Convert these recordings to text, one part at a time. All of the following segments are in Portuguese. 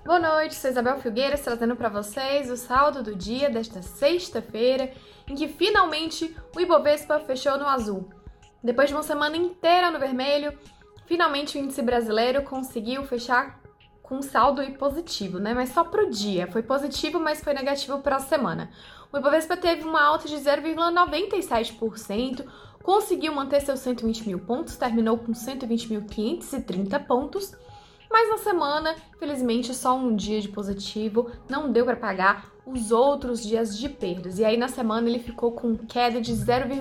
Boa noite, sou Isabel Filgueiras trazendo para vocês o saldo do dia desta sexta-feira, em que finalmente o Ibovespa fechou no azul. Depois de uma semana inteira no vermelho, finalmente o índice brasileiro conseguiu fechar com um saldo positivo, né? Mas só para o dia. Foi positivo, mas foi negativo para a semana. O Ibovespa teve uma alta de 0,97%, conseguiu manter seus 120 mil pontos, terminou com 120.530 pontos, mas na semana, infelizmente, só um dia de positivo, não deu para pagar os outros dias de perdas. E aí na semana ele ficou com queda de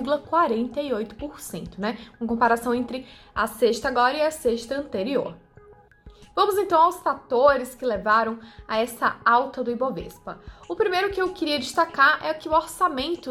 0,48%, né? Uma comparação entre a sexta agora e a sexta anterior. Vamos então aos fatores que levaram a essa alta do Ibovespa. O primeiro que eu queria destacar é que o orçamento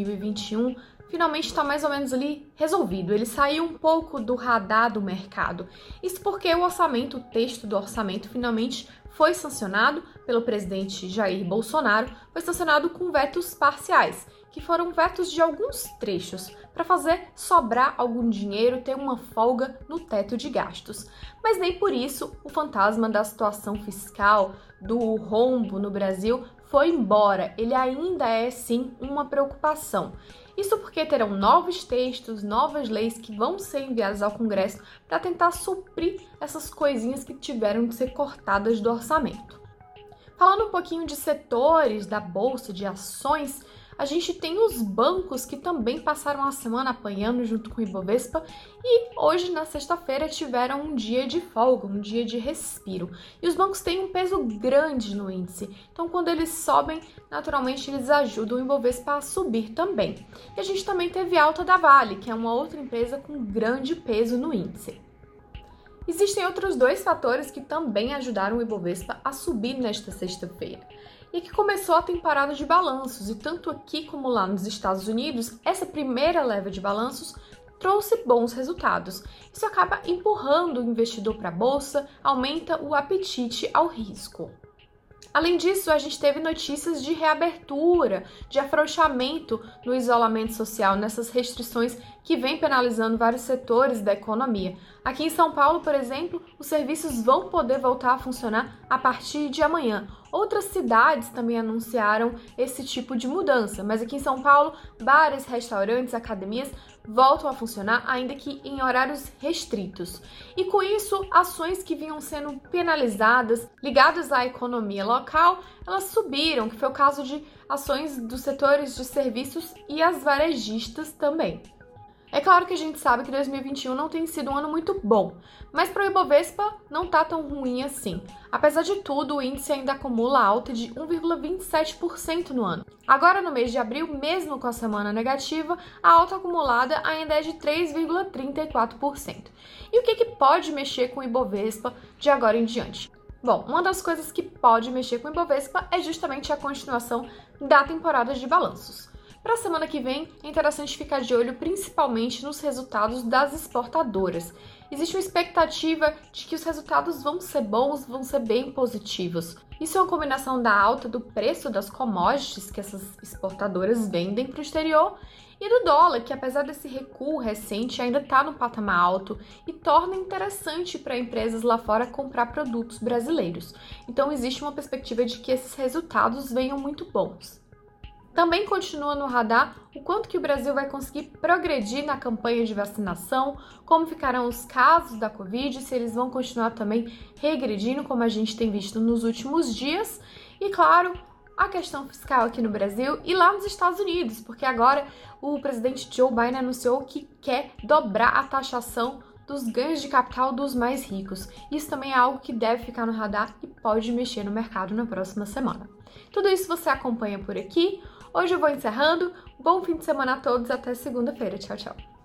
2021 finalmente está mais ou menos ali resolvido. Ele saiu um pouco do radar do mercado. Isso porque o orçamento, o texto do orçamento, finalmente foi sancionado pelo presidente Jair Bolsonaro, foi sancionado com vetos parciais, que foram vetos de alguns trechos, para fazer sobrar algum dinheiro, ter uma folga no teto de gastos. Mas nem por isso o fantasma da situação fiscal, do rombo no Brasil, foi embora. Ele ainda é, sim, uma preocupação. Isso porque terão novos textos, novas leis que vão ser enviadas ao Congresso para tentar suprir essas coisinhas que tiveram que ser cortadas do orçamento. Falando um pouquinho de setores da Bolsa, de ações, a gente tem os bancos que também passaram a semana apanhando junto com o Ibovespa e hoje, na sexta-feira, tiveram um dia de folga, um dia de respiro. E os bancos têm um peso grande no índice, então quando eles sobem, naturalmente eles ajudam o Ibovespa a subir também. E a gente também teve alta da Vale, que é uma outra empresa com grande peso no índice. Existem outros dois fatores que também ajudaram o Ibovespa a subir nesta sexta-feira. E que começou a temporada de balanços, e tanto aqui como lá nos Estados Unidos, essa primeira leva de balanços trouxe bons resultados. Isso acaba empurrando o investidor para a bolsa, aumenta o apetite ao risco. Além disso, a gente teve notícias de reabertura, de afrouxamento no isolamento social, nessas restrições que vem penalizando vários setores da economia. Aqui em São Paulo, por exemplo, os serviços vão poder voltar a funcionar a partir de amanhã. Outras cidades também anunciaram esse tipo de mudança, mas aqui em São Paulo, bares, restaurantes, academias voltam a funcionar, ainda que em horários restritos. E com isso, ações que vinham sendo penalizadas, ligadas à economia local, elas subiram, que foi o caso de ações dos setores de serviços e as varejistas também. É claro que a gente sabe que 2021 não tem sido um ano muito bom, mas para o Ibovespa não tá tão ruim assim. Apesar de tudo, o índice ainda acumula alta de 1,27% no ano. Agora, no mês de abril, mesmo com a semana negativa, a alta acumulada ainda é de 3,34%. E o que pode mexer com o Ibovespa de agora em diante? Bom, uma das coisas que pode mexer com o Ibovespa é justamente a continuação da temporada de balanços. Para a semana que vem, é interessante ficar de olho principalmente nos resultados das exportadoras. Existe uma expectativa de que os resultados vão ser bons, vão ser bem positivos. Isso é uma combinação da alta do preço das commodities que essas exportadoras vendem para o exterior e do dólar, que apesar desse recuo recente ainda está no patamar alto e torna interessante para empresas lá fora comprar produtos brasileiros. Então existe uma perspectiva de que esses resultados venham muito bons. Também continua no radar o quanto que o Brasil vai conseguir progredir na campanha de vacinação, como ficarão os casos da Covid, se eles vão continuar também regredindo, como a gente tem visto nos últimos dias. E, claro, a questão fiscal aqui no Brasil e lá nos Estados Unidos, porque agora o presidente Joe Biden anunciou que quer dobrar a taxação dos ganhos de capital dos mais ricos. Isso também é algo que deve ficar no radar e pode mexer no mercado na próxima semana. Tudo isso você acompanha por aqui. Hoje eu vou encerrando. Bom fim de semana a todos. Até segunda-feira. Tchau, tchau.